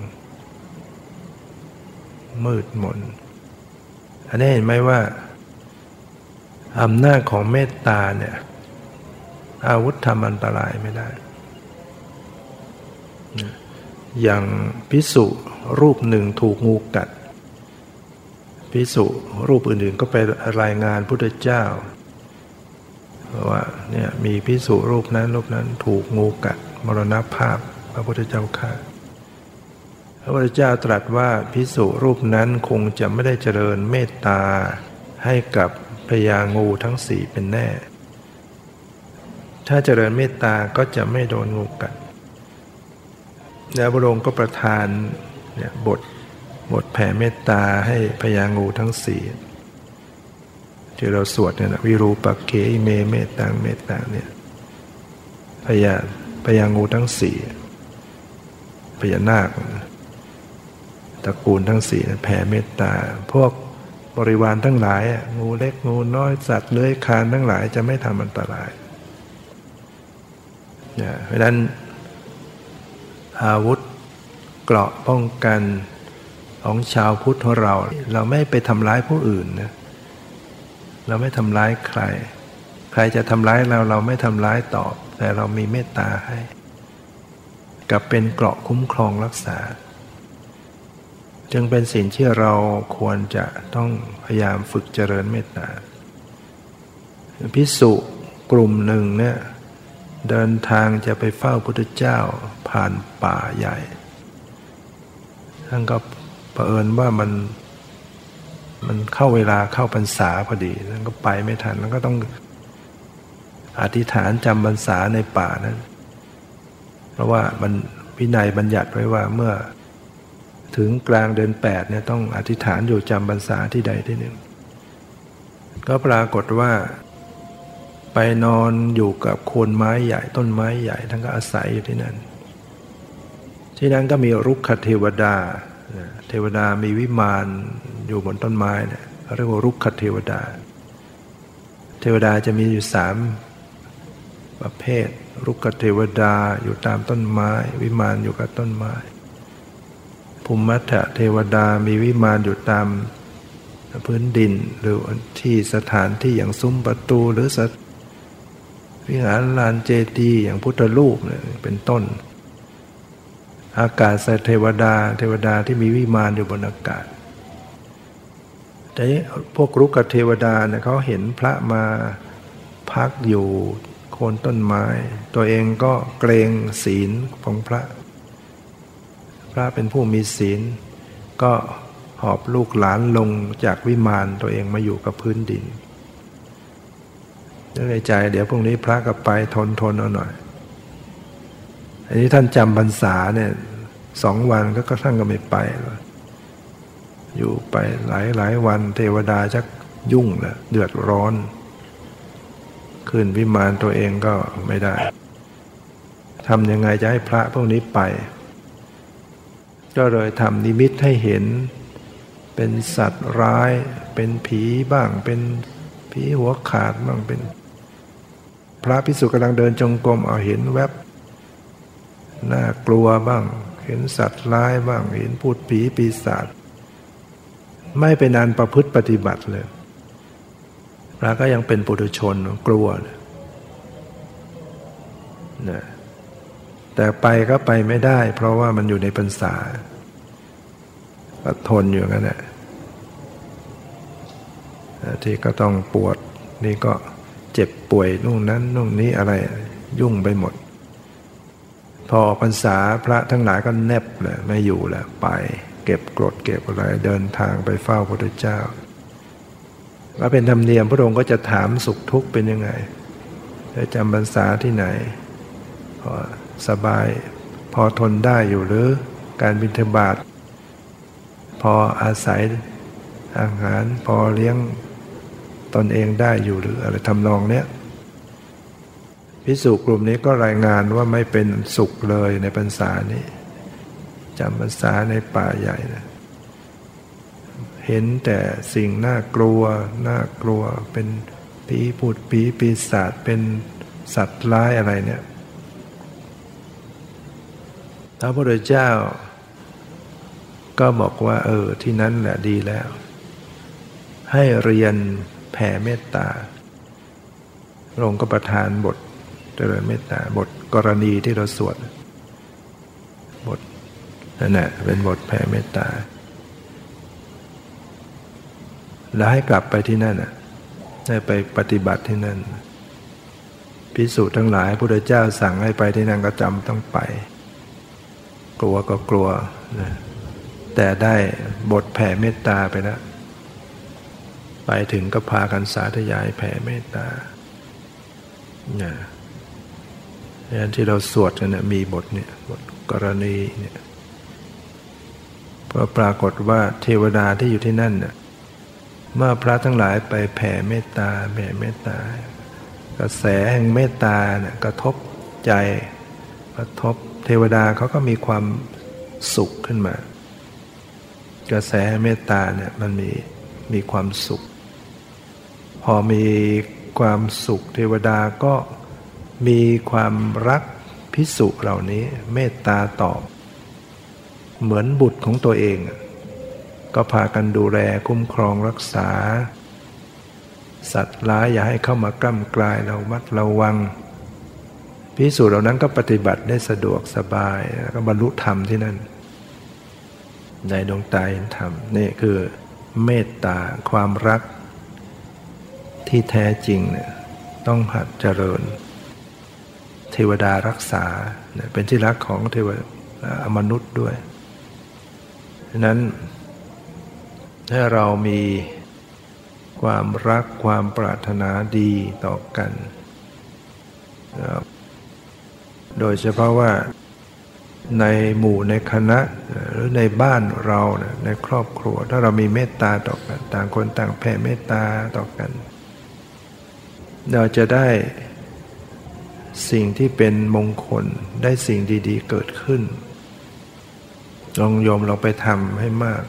มืดมนอันนี้เห็นไหมว่าอำนาจของเมตตาเนี่ยอาวุธทำอันตรายไม่ได้อย่างภิกษุรูปหนึ่งถูกงูกัดภิกษุรูปอื่นๆก็ไปรายงานพุทธเจ้าว่าเนี่ยมีภิกษุรูปนั้นถูกงูกัดมรณภาพพระพุทธเจ้าข้าพระพุทธเจ้าตรัสว่าภิกษุรูปนั้นคงจะไม่ได้เจริญเมตตาให้กับพญางูทั้งสี่เป็นแน่ถ้าเจริญเมตตาก็จะไม่โดนงูกัดแล้วพระองค์ก็ประทานเนี่ยบทแผ่เมตตาให้พญางูทั้งสี่ที่เราสวดเนี่ยนะวิรูปักเขอิเมเมตังเมตตังเนี่ยพญางูทั้งสี่พญานาคตระกูลทั้งสี่แผ่เมตตาพวกบริวารทั้งหลายงูเล็กงูน้อยสัตว์เลื้อยคลานทั้งหลายจะไม่ทำอันตรายเพราะฉะนั้นอาวุธเกราะป้องกันของชาวพุทธของเราไม่ไปทำร้ายผู้อื่นนะเราไม่ทำร้ายใครจะทำร้ายเราไม่ทำร้ายตอบแต่เรามีเมตตาให้กับเป็นเกราะคุ้มครองรักษาจึงเป็นสิ่งที่เราควรจะต้องพยายามฝึกเจริญเมตตาภิกษุกลุ่มหนึ่งเนี่ยเดินทางจะไปเฝ้าพุทธเจ้าผ่านป่าใหญ่ท่านก็เผอิญว่ามันมันเข้าเวลาเข้าพรรษาพอดีแล้วก็ไปไม่ทันแล้วก็ต้องอธิษฐานจำพรรษาในป่านั้นเพราะว่ามันวินัยบัญญัติไว้ว่าเมื่อถึงกลางเดือน8เนี่ยต้องอธิษฐานอยู่จำพรรษาที่ใดที่หนึ่งก็ปรากฏว่าไปนอนอยู่กับโคนไม้ใหญ่ต้นไม้ใหญ่ท่านก็อาศัยอยู่ที่นั่นก็มีรุกขเทวดาเทวดามีวิมานอยู่บนต้นไม้เนี่ยเรียกว่ารุกขเทวดาเทวดาจะมีอยู่3ประเภทรุกขเทวดาอยู่ตามต้นไม้วิมานอยู่กับต้นไม้ภูมิมัทธเทวดามีวิมานอยู่ตามพื้นดินหรือที่สถานที่อย่างซุ้มประตูหรือวิหารลานเจดีย์อย่างพุทธรูปเนี่ยเป็นต้นอากาศเทวดาที่มีวิมานอยู่บนอากาศแต่พวกรุกขเทวดาเนี่ยเขาเห็นพระมาพักอยู่โคนต้นไม้ตัวเองก็เกรงศีลของพระเป็นผู้มีศีลก็หอบลูกหลานลงจากวิมานตัวเองมาอยู่กับพื้นดินนึกในใจเดี๋ยวพรุ่งนี้พระก็ไปทนเอาหน่อยอันนี้ท่านจำพรรษาเนี่ย2 วันก็ท่านก็ไม่ไปอยู่ไปหลายวันเทวดาชักยุ่งแล้วเดือดร้อนขึ้นวิมานตัวเองก็ไม่ได้ทำยังไงจะให้พระพวกนี้ไปก็เลยทำนิมิตให้เห็นเป็นสัตว์ร้ายเป็นผีบ้างเป็นผีหัวขาดบ้างเป็นพระภิกษุกำลังเดินจงกรมเอาเห็นแวบน่ากลัวบ้างเห็นสัตว์ร้ายบ้างเห็นพูดผีปีศาจไม่เป็นอันประพฤติปฏิบัติเลยพระก็ยังเป็นปุถุชนกลัวนะแต่ไปก็ไปไม่ได้เพราะว่ามันอยู่ในพรรษาก็ทนอยู่งั้นแหละที่ก็ต้องปวดนี่ก็เจ็บป่วยนู่นนั้นนู่นนี้อะไรยุ่งไปหมดพอพรรษาพระทั้งหลายก็แนบเลยไม่อยู่แล้วไปเก็บกรดเก็บอะไรเดินทางไปเฝ้าพระพุทธเจ้าแล้วเป็นธรรมเนียมพระองค์ก็จะถามสุขทุกข์เป็นยังไงได้จำพรรษาที่ไหนพอสบายพอทนได้อยู่หรือการบิณฑบาตพออาศัยอาหารพอเลี้ยงตนเองได้อยู่หรืออะไรทำนองเนี้ยภิกษุกลุ่มนี้ก็รายงานว่าไม่เป็นสุขเลยในพรรษานี้จำพรรษาในป่าใหญ่นะเห็นแต่สิ่งน่ากลัวเป็นผีพูดผีปีศาจเป็นสัตว์ร้ายอะไรเนี่ยพระพุทธเจ้าก็บอกว่าที่นั้นแหละดีแล้วให้เรียนแผ่เมตตาพระองค์ก็ประทานบทเจริญเมตตาบทกรณีที่เราสวดบทนั่นแหละเป็นบทแผ่เมตตาแล้วให้กลับไปที่นั่นให้ไปปฏิบัติที่นั่นภิกษุทั้งหลายพระพุทธเจ้าสั่งให้ไปที่นั่นก็จำต้องไปกลัวก็กลัวนะแต่ได้บทแผ่เมตตาไปแล้วไปถึงก็พากันสาธยายแผ่เมตตาอย่างที่เราสวดกันเนี่ยมีบทเนี่ยบทกรณีเนี่ยก็ปรากฏว่าเทวดาที่อยู่ที่นั่นเนี่ยเมื่อพระทั้งหลายไปแผ่เมตตากระแสแห่งเมตตาเนี่ยกระทบใจกระทบเทวดาเขาก็มีความสุขขึ้นมากระแสเมตตาเนี่ยมันมีความสุขพอมีความสุขเทวดาก็มีความรักภิกษุเหล่านี้เมตตาตอบเหมือนบุตรของตัวเองก็พากันดูแลคุ้มครองรักษาสัตว์ร้ายอย่าให้เข้ามากล้ำกลายเรามัดระวังภิกษุเหล่านั้นก็ปฏิบัติได้สะดวกสบายแล้วก็บรรลุธรรมที่นั่นในดวงตาเห็นธรรมนี่คือเมตตาความรักที่แท้จริงเนี่ยต้องหัดเจริญเทวดารักษาเป็นที่รักของเทวดามนุษย์ด้วยฉะนั้นให้เรามีความรักความปรารถนาดีต่อกันโดยเฉพาะว่าในหมู่ในคณะหรือในบ้านเราในครอบครัวถ้าเรามีเมตตาต่อกันต่างคนต่างแผ่เมตตาต่อกันเราจะได้สิ่งที่เป็นมงคลได้สิ่งดีๆเกิดขึ้นลองโยมเราไปทำให้มาก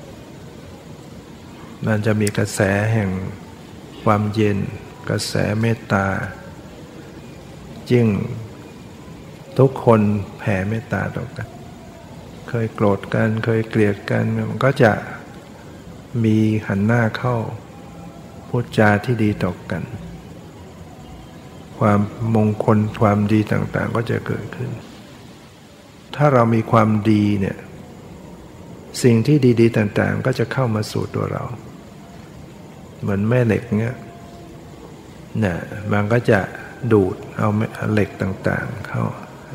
มันจะมีกระแสแห่งความเย็นกระแสเมตตายิ่งทุกคนแผ่เมตตาต่อกันเคยโกรธกันเคยเกลียดกันมันก็จะมีหันหน้าเข้าพูดจาที่ดีต่อกันความมงคลความดีต่างๆก็จะเกิดขึ้นถ้าเรามีความดีเนี่ยสิ่งที่ดีๆต่างๆก็จะเข้ามาสู่ตัวเราเหมือนแม่เหล็กเนี่ยมันก็จะดูดเอาเหล็กต่างๆเข้า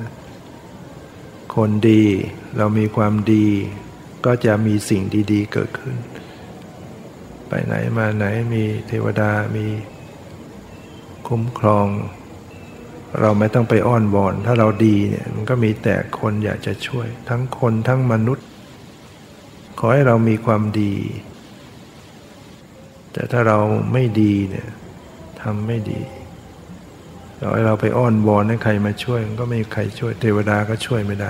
คนดีเรามีความดีก็จะมีสิ่งดีๆเกิดขึ้นไปไหนมาไหนมีเทวดามีคุ้มครองเราไม่ต้องไปอ้อนวอนถ้าเราดีเนี่ยมันก็มีแต่คนอยากจะช่วยทั้งคนทั้งมนุษย์ขอให้เรามีความดีแต่ถ้าเราไม่ดีเนี่ยทำไม่ดีเราไปอ้อนวอนให้ใครมาช่วยมันก็ไม่มีใครช่วยเทวดาก็ช่วยไม่ได้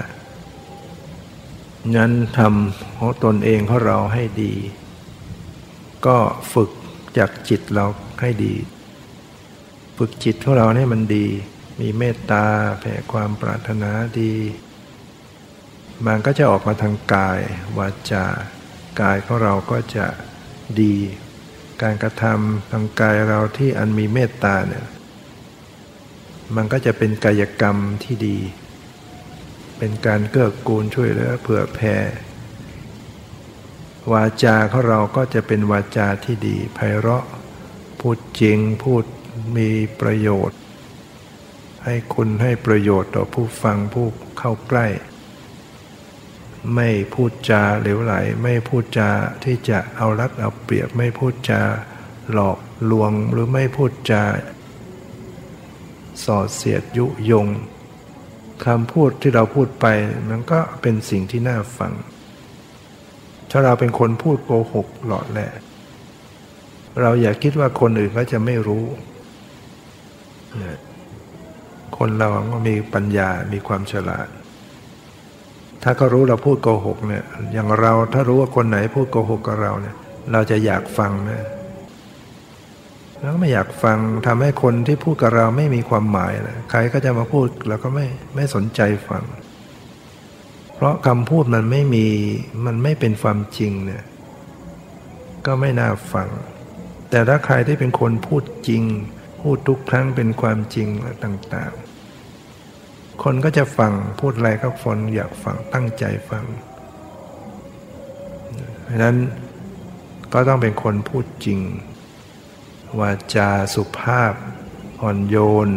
งั้นทำของตนเองของเราให้ดีก็ฝึกจากจิตเราให้ดีฝึกจิตของเราให้มันดีมีเมตตาแผ่ความปรารถนาดีมันก็จะออกมาทางกายวาจากายของเราก็จะดีการกระทำทางกายเราที่อันมีเมตตาเนี่ยมันก็จะเป็นกายกรรมที่ดีเป็นการเกื้อกูลช่วยเหลือเผื่อแผ่วาจาของเราก็จะเป็นวาจาที่ดีไพเราะพูดจริงพูดมีประโยชน์ให้คุณให้ประโยชน์ต่อผู้ฟังผู้เข้าใกล้ไม่พูดจาเหลวไหลไม่พูดจาที่จะเอารัดเอาเปรียบไม่พูดจาหลอกลวงหรือไม่พูดจาส่อเสียดยุยงคำพูดที่เราพูดไปมันก็เป็นสิ่งที่น่าฟังถ้าเราเป็นคนพูดโกหกหลอกแหละเราอย่าคิดว่าคนอื่นก็จะไม่รู้คนเราก็มีปัญญามีความฉลาดถ้าเขารู้เราพูดโกหกเนี่ยอย่างเราถ้ารู้ว่าคนไหนพูดโกหกกับเราเนี่ยเราจะอยากฟังไหมแล้วก็ไม่อยากฟังทำให้คนที่พูดกับเราไม่มีความหมายนะใครก็จะมาพูดเราก็ไม่สนใจฟังเพราะคำพูดมันไม่เป็นความจริงเนี่ยก็ไม่น่าฟังแต่ถ้าใครที่เป็นคนพูดจริงพูดทุกครั้งเป็นความจริงต่างๆคนก็จะฟังพูดอะไรก็คนอยากฟังตั้งใจฟังเพราะนั้นก็ต้องเป็นคนพูดจริงวาจาสุภาพอ่อนโยน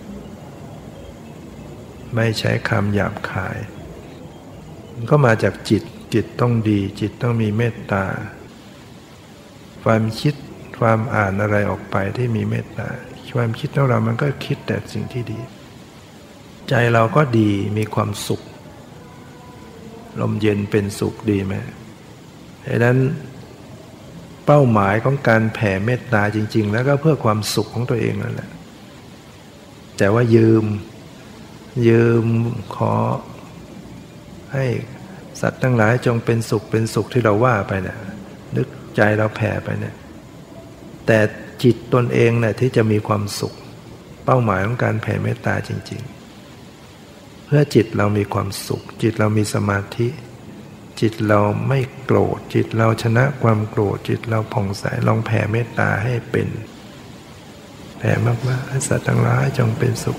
ไม่ใช้คำหยาบคายมันก็มาจากจิตต้องดีจิตต้องมีเมตตาความคิดความอ่านอะไรออกไปที่มีเมตตาความคิดของเรามันก็คิดแต่สิ่งที่ดีใจเราก็ดีมีความสุขลมเย็นเป็นสุขดีไหมดังนั้นเป้าหมายของการแผ่เมตตาจริงๆแล้วก็เพื่อความสุขของตัวเองนั่นแหละแต่ว่ายืมขอให้สัตว์ทั้งหลายจงเป็นสุขที่เราว่าไปเนี่ยนึกใจเราแผ่ไปเนี่ยแต่จิตตนเองเนี่ยที่จะมีความสุขเป้าหมายของการแผ่เมตตาจริงๆเพื่อจิตเรามีความสุขจิตเรามีสมาธิจิตเราไม่โกรธจิตเราชนะความโกรธจิตเราผ่องใสลองแผ่เมตตาให้เป็นแผ่มากๆให้สัตว์ทั้งหลายจงเป็นสุข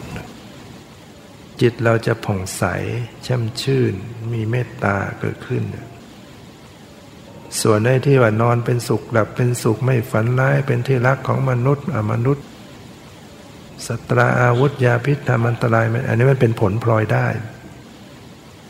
จิตเราจะผ่องใสแช่มชื่นมีเมตตาเกิดขึ้นส่วนในที่ว่านอนเป็นสุขหลับเป็นสุขไม่ฝันร้ายเป็นที่รักของมนุษย์อมนุษย์ศัตราอาวุธยาพิษทำอันตรายอันนี้มันเป็นผลพลอยได้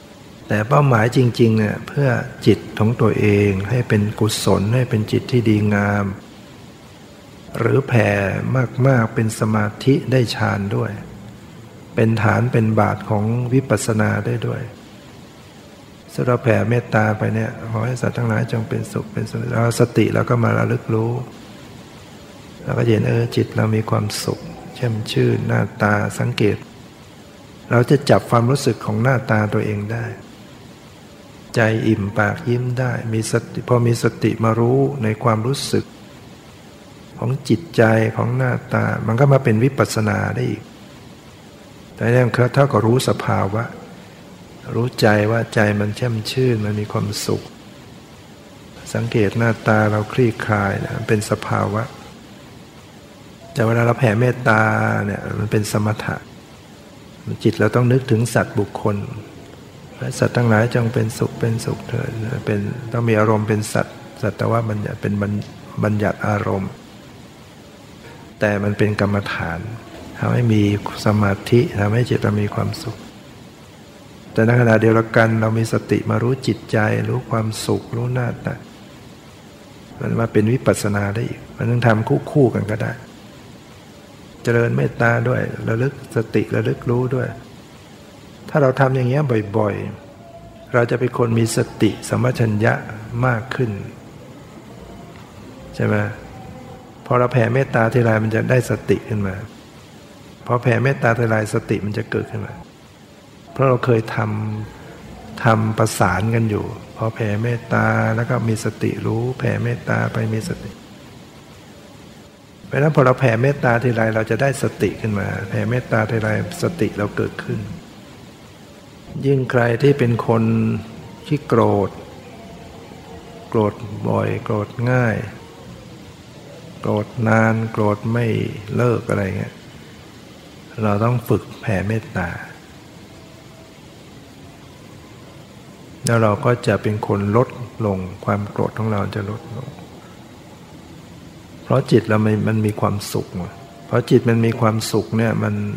แต่เป้าหมายจริงๆเนี่ยเพื่อจิตของตัวเองให้เป็นกุศลให้เป็นจิตที่ดีงามหรือแผ่มากๆเป็นสมาธิได้ฌานด้วยเป็นฐานเป็นบาทของวิปัสสนาได้ด้วยถ้าเราแผ่เมตตาไปเนี่ยขอให้สัตว์ทั้งหลายจงเป็นสุขเป็นสุขแล้วสติเราก็มาระลึกรู้เราก็เห็นจิตเรามีความสุขแช่มชื่นหน้าตาสังเกตเราจะจับความรู้สึกของหน้าตาตัวเองได้ใจอิ่มปากยิ้มได้มีสติพอมีสติมารู้ในความรู้สึกของจิตใจของหน้าตามันก็มาเป็นวิปัสสนาได้อีกแต่นี่คือเท่ากับรู้สภาวะรู้ใจว่าใจมันแช่มชื่นมันมีความสุขสังเกตหน้าตาเราคลี่คลายนะเป็นสภาวะแต่เวลาเราแผ่เมตตาเนี่ยมันเป็นสมถะจิตเราต้องนึกถึงสัตว์บุคคลและสัตว์ทั้งหลายจงเป็นสุขเป็นสุขเถิดเป็นต้องมีอารมณ์เป็นสัตว์แต่ว่ามันเป็นบัญญัติอารมณ์แต่มันเป็นกรรมฐานทำให้มีสมาธิทำให้จิตเรามีความสุขแต่ในขณะเดียวกันเรามีสติมารู้จิตใจรู้ความสุขรู้หน้าตามันมาเป็นวิปัสสนาได้อีกมันต้องทำคู่กันก็ได้เจริญเมตตาด้วยระลึกสติระลึกรู้ด้วยถ้าเราทำอย่างนี้บ่อยๆเราจะเป็นคนมีสติสัมปชัญญะมากขึ้นใช่ไหมพอเราแผ่เมตตาทีไรมันจะได้สติขึ้นมาพอแผ่เมตตาทีไรสติมันจะเกิดขึ้นมาเพราะเราเคยทำประสานกันอยู่พอแผ่เมตตาแล้วก็มีสติรู้แผ่เมตตาไปมีสติเพราะฉะนั้นพอเราแผ่เมตตาทีไรเราจะได้สติขึ้นมาแผ่เมตตาทีไรสติเราเกิดขึ้นยิ่งใครที่เป็นคนที่โกรธบ่อยโกรธง่ายโกรธนานโกรธไม่เลิกอะไรเงี้ยเราต้องฝึกแผ่เมตตาแล้วเราก็จะเป็นคนลดลงความโกรธของเราจะลดลงเพราะจิตเรามันมีความสุขเพราะจิตมันมีความสุขเนี่ย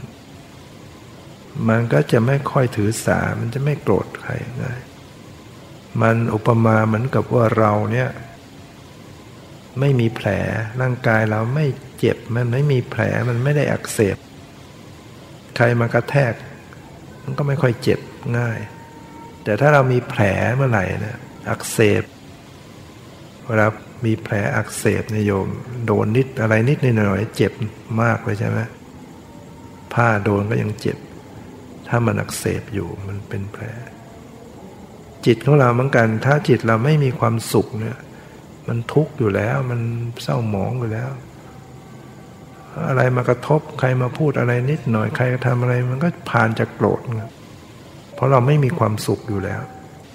มันก็จะไม่ค่อยถือสามันจะไม่โกรธใครง่ายมันอุปมาเหมือนกับว่าเราเนี่ยไม่มีแผลร่างกายเราไม่เจ็บมันไม่มีแผลมันไม่ได้อักเสบใครมากระแทกมันก็ไม่ค่อยเจ็บง่ายแต่ถ้าเรามีแผลเมื่อไหร่นะอักเสบเวลามีแผลอักเสบเนี่ยโยมโดนนิดอะไรนิดหน่อยเจ็บมากเลยใช่ไหมผ้าโดนก็ยังเจ็บถ้ามันอักเสบอยู่มันเป็นแผลจิตของเราเหมือนกันถ้าจิตเราไม่มีความสุขเนี่ยมันทุกข์อยู่แล้วมันเศร้าหมองอยู่แล้วอะไรมากระทบใครมาพูดอะไรนิดหน่อยใครทำอะไรมันก็ผ่านจากโกรธเพราะเราไม่มีความสุขอยู่แล้ว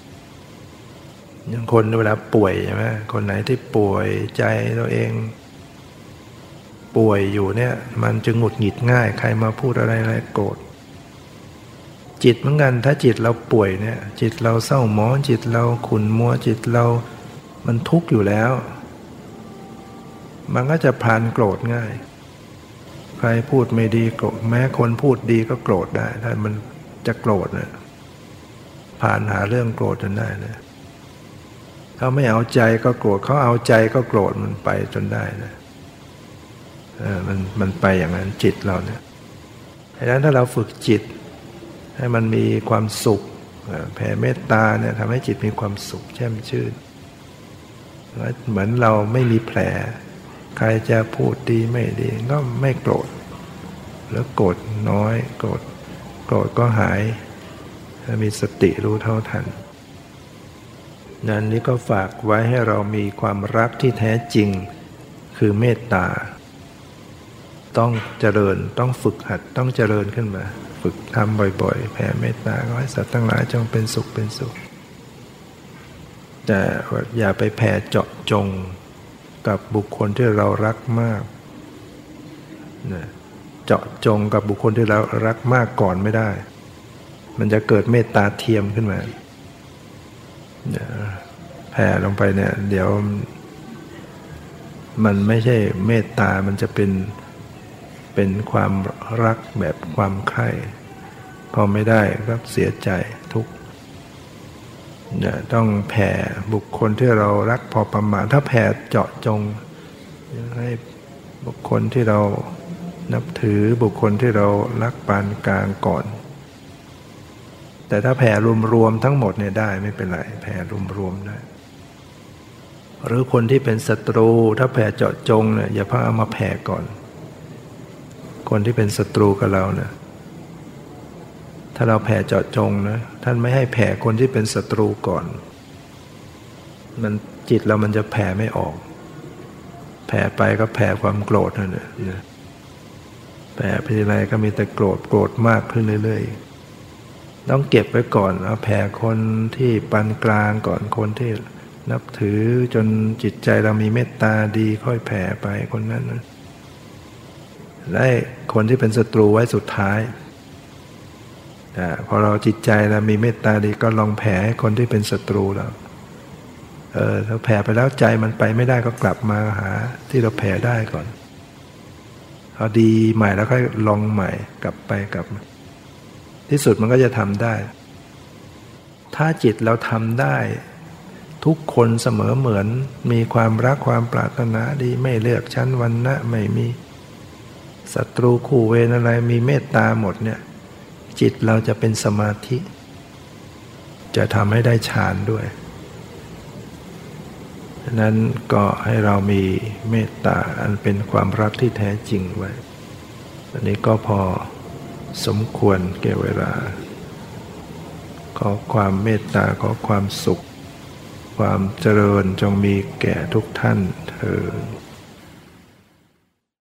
อย่างคนเวลาป่วยใช่ไหมคนไหนที่ป่วยใจตัวเองป่วยอยู่เนี่ยมันจะหงุดหงิดง่ายใครมาพูดอะไรโกรธจิตเหมือนกันถ้าจิตเราป่วยเนี่ยจิตเราเศร้าหมองจิตเราขุ่นมัวจิตเรามันทุกข์อยู่แล้วมันก็จะผ่านโกรธง่ายใครพูดไม่ดีโกรธแม้คนพูดดีก็โกรธได้ถ้ามันจะโกรธเนี่ยผ่านหาเรื่องโกรธจนได้นะเขาไม่เอาใจก็โกรธเขาเอาใจก็โกรธมันไปจนได้นะมันไปอย่างนั้นจิตเราเนี่ยดังนั้นถ้าเราฝึกจิตให้มันมีความสุขแผ่เมตตาเนี่ยทำให้จิตมีความสุขแช่มชื่นเหมือนเราไม่มีแผลใครจะพูดดีไม่ดีก็ไม่โกรธแล้วโกรธน้อยโกรธก็หายมีสติรู้เท่าทันนั้นนี้ก็ฝากไว้ให้เรามีความรักที่แท้จริงคือเมตตาต้องเจริญต้องฝึกหัดต้องเจริญขึ้นมาฝึกทำบ่อยๆแผ่เมตตาขอให้สัตว์ทั้งหลายจงเป็นสุขเป็นสุขแต่อย่าไปแผ่เจาะจงกับบุคคลที่เรารักมากเจาะจงกับบุคคลที่เรารักมากก่อนไม่ได้มันจะเกิดเมตตาเทียมขึ้นมาแผ่ลงไปเนี่ยเดี๋ยวมันไม่ใช่เมตตามันจะเป็นความรักแบบความใคร่พอไม่ได้ก็เสียใจทุกข์เนี่ยต้องแผ่บุคคลที่เรารักพอประมาณถ้าแผ่เจาะจงให้บุคคลที่เรานับถือบุคคลที่เรารักปานกลางก่อนแต่ถ้าแผ่รวมๆทั้งหมดเนี่ยได้ไม่เป็นไรแผ่รวมๆได้หรือคนที่เป็นศัตรูถ้าแผ่เจาะจงเนี่ยอย่าเพิ่งเอามาแผ่ก่อนคนที่เป็นศัตรูกับเราเนี่ยถ้าเราแผ่เจาะจงนะท่านไม่ให้แผ่คนที่เป็นศัตรูก่อนมันจิตเรามันจะแผ่ไม่ออกแผ่ไปก็แผ่ความโกรธนั่นแหละแผ่ไปทีไรก็มีแต่โกรธมากขึ้นเรื่อยๆต้องเก็บไว้ก่อนเอาแผ่คนที่ปานกลางก่อนคนที่นับถือจนจิตใจเรามีเมตตาดีค่อยแผ่ไปคนนั้นนะและคนที่เป็นศัตรูไว้สุดท้ายพอเราจิตใจเรามีเมตตาดีก็ลองแผ่ให้คนที่เป็นศัตรูเราถ้าแผ่ไปแล้วใจมันไปไม่ได้ก็กลับมาหาที่เราแผ่ได้ก่อนพอดีใหม่แล้วค่อยลองใหม่กลับไปกลับมาที่สุดมันก็จะทำได้ถ้าจิตเราทำได้ทุกคนเสมอเหมือนมีความรักความปรารถนาดีไม่เลือกชั้นวรรณะไม่มีศัตรูคู่เวรอะไรมีเมตตาหมดเนี่ยจิตเราจะเป็นสมาธิจะทำให้ได้ฌานด้วยฉะนั้นก็ให้เรามีเมตตาอันเป็นความรักที่แท้จริงไว้อันนี้ก็พอสมควรแก่เวลาขอความเมตตาขอความสุขความเจริญจงมีแก่ทุกท่านเทอญ